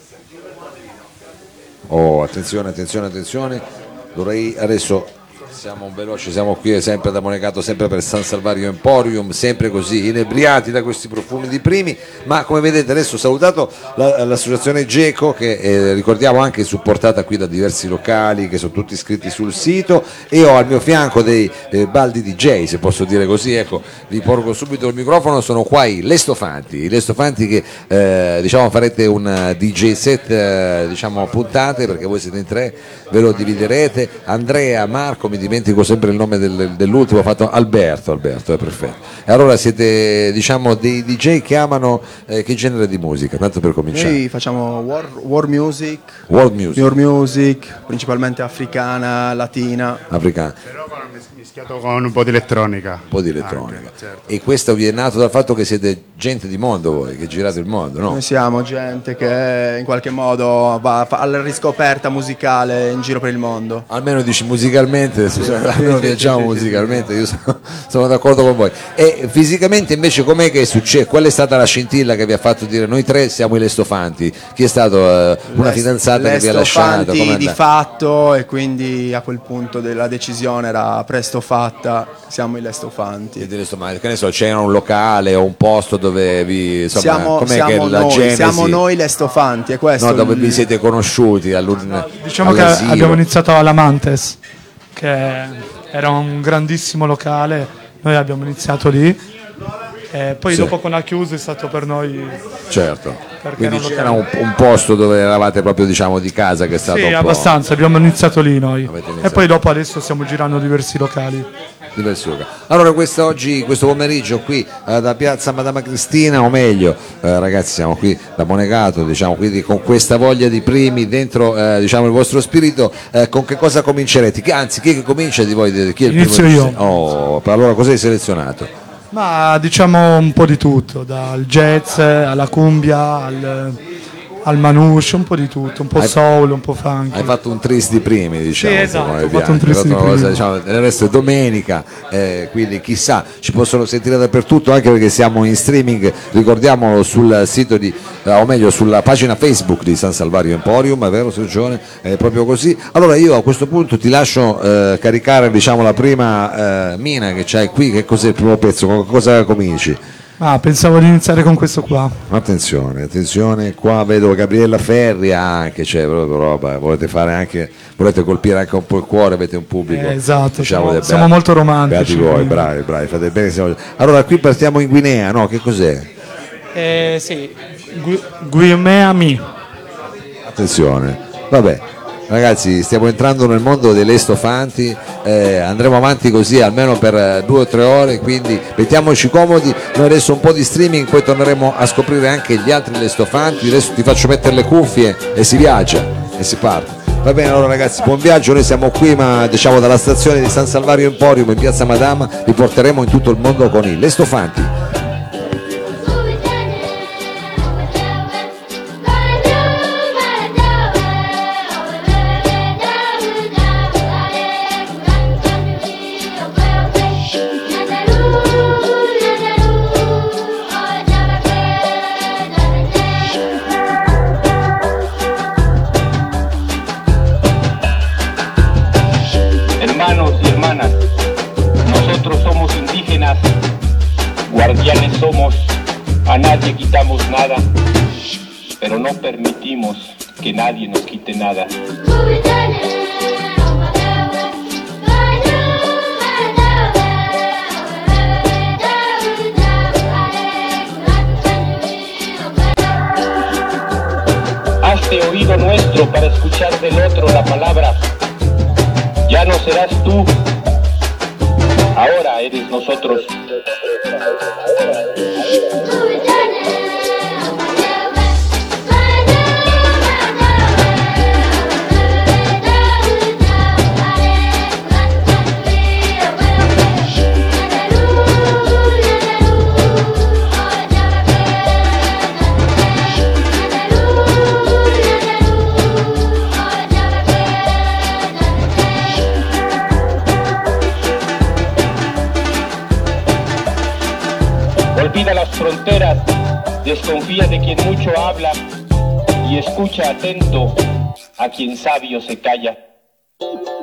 Oh, attenzione, attenzione, attenzione. Dovrei adesso. Siamo veloci, siamo qui sempre da Monegato, sempre per San Salvario Emporium, sempre così inebriati da questi profumi di primi, ma come vedete adesso ho salutato l'associazione GECO che ricordiamo anche supportata qui da diversi locali che sono tutti iscritti sul sito, e ho al mio fianco dei baldi DJ, se posso dire così, ecco, vi porgo subito il microfono. Sono qua i Lestofanti che diciamo farete un DJ set diciamo a puntate, perché voi siete in tre, ve lo dividerete. Andrea, Marco, mi dimentico sempre il nome dell'ultimo, ho fatto Alberto, è perfetto. E allora siete diciamo dei DJ che amano che genere di musica, tanto per cominciare? Noi facciamo world music, principalmente africana, latina. Africana. Però mischiato con un po' di elettronica. Un po' di elettronica. Anche, certo. E questo vi è nato dal fatto che siete gente di mondo voi, che girate il mondo, no? Noi siamo gente che in qualche modo va alla riscoperta musicale in giro per il mondo. Almeno dici musicalmente, almeno viaggiamo musicalmente, io sono d'accordo con voi. E fisicamente invece com'è che succede? Qual è stata la scintilla che vi ha fatto dire noi tre siamo i Lestofanti? Chi è stato una fidanzata che vi ha lasciato? Di fatto, e quindi a quel punto della decisione era presto fatta, siamo i Lestofanti. Che ne so, c'era un locale o un posto dove vi insomma, siamo noi Lestofanti, è questo. No, dove vi siete conosciuti diciamo che abbiamo iniziato all'Amantes, che era un grandissimo locale, noi abbiamo iniziato lì. E poi dopo con la chiusa è stato per noi, certo, quindi c'era un posto dove eravate proprio diciamo di casa, che è stato un po'... abbastanza, abbiamo iniziato lì noi e poi dopo adesso stiamo girando diversi locali. Allora questo pomeriggio qui da Piazza Madama Cristina, o meglio ragazzi siamo qui da Monegato, diciamo, quindi con questa voglia di primi dentro diciamo il vostro spirito, con che cosa comincerete? Anzi, chi che comincia di voi? Chi è il Inizio primo? io. Oh, allora cosa hai selezionato? Ma diciamo un po' di tutto, dal jazz alla cumbia al manouche, un po' di tutto, un po' soul, un po' funk. Hai fatto un tris di primi, diciamo. Sì, esatto, ho fatto un tris di primi. Diciamo, il resto è domenica, quindi chissà, ci possono sentire dappertutto, anche perché siamo in streaming, ricordiamolo, sul sito o meglio sulla pagina Facebook di San Salvario Emporium, è vero Sergione? È proprio così. Allora io a questo punto ti lascio caricare diciamo la prima mina che c'hai qui. Che cos'è il primo pezzo? Con cosa cominci? Pensavo di iniziare con questo qua. Attenzione, qua vedo Gabriella Ferri anche, c'è proprio roba, volete colpire anche un po' il cuore, avete un pubblico. Esatto, diciamo, siamo molto romantici. Beati voi, bravi, fate bene. Allora qui partiamo in Guinea, no? Che cos'è? Sì, Guinea Mi. Attenzione, vabbè. Ragazzi, stiamo entrando nel mondo dei Lestofanti, andremo avanti così almeno per 2 o 3 ore, quindi mettiamoci comodi. Noi adesso un po' di streaming, poi torneremo a scoprire anche gli altri Lestofanti. Adesso ti faccio mettere le cuffie e si viaggia e si parte. Va bene, allora ragazzi, buon viaggio. Noi siamo qui, ma diciamo dalla stazione di San Salvario Emporium in Piazza Madama, vi porteremo in tutto il mondo con i Lestofanti. Guardianes somos, a nadie quitamos nada, pero no permitimos que nadie nos quite nada. Hazte oído nuestro para escuchar del otro la palabra. Ya no serás tú, ahora eres nosotros. Olvida las fronteras, desconfía de quien mucho habla y y escucha atento a quien sabio se calla.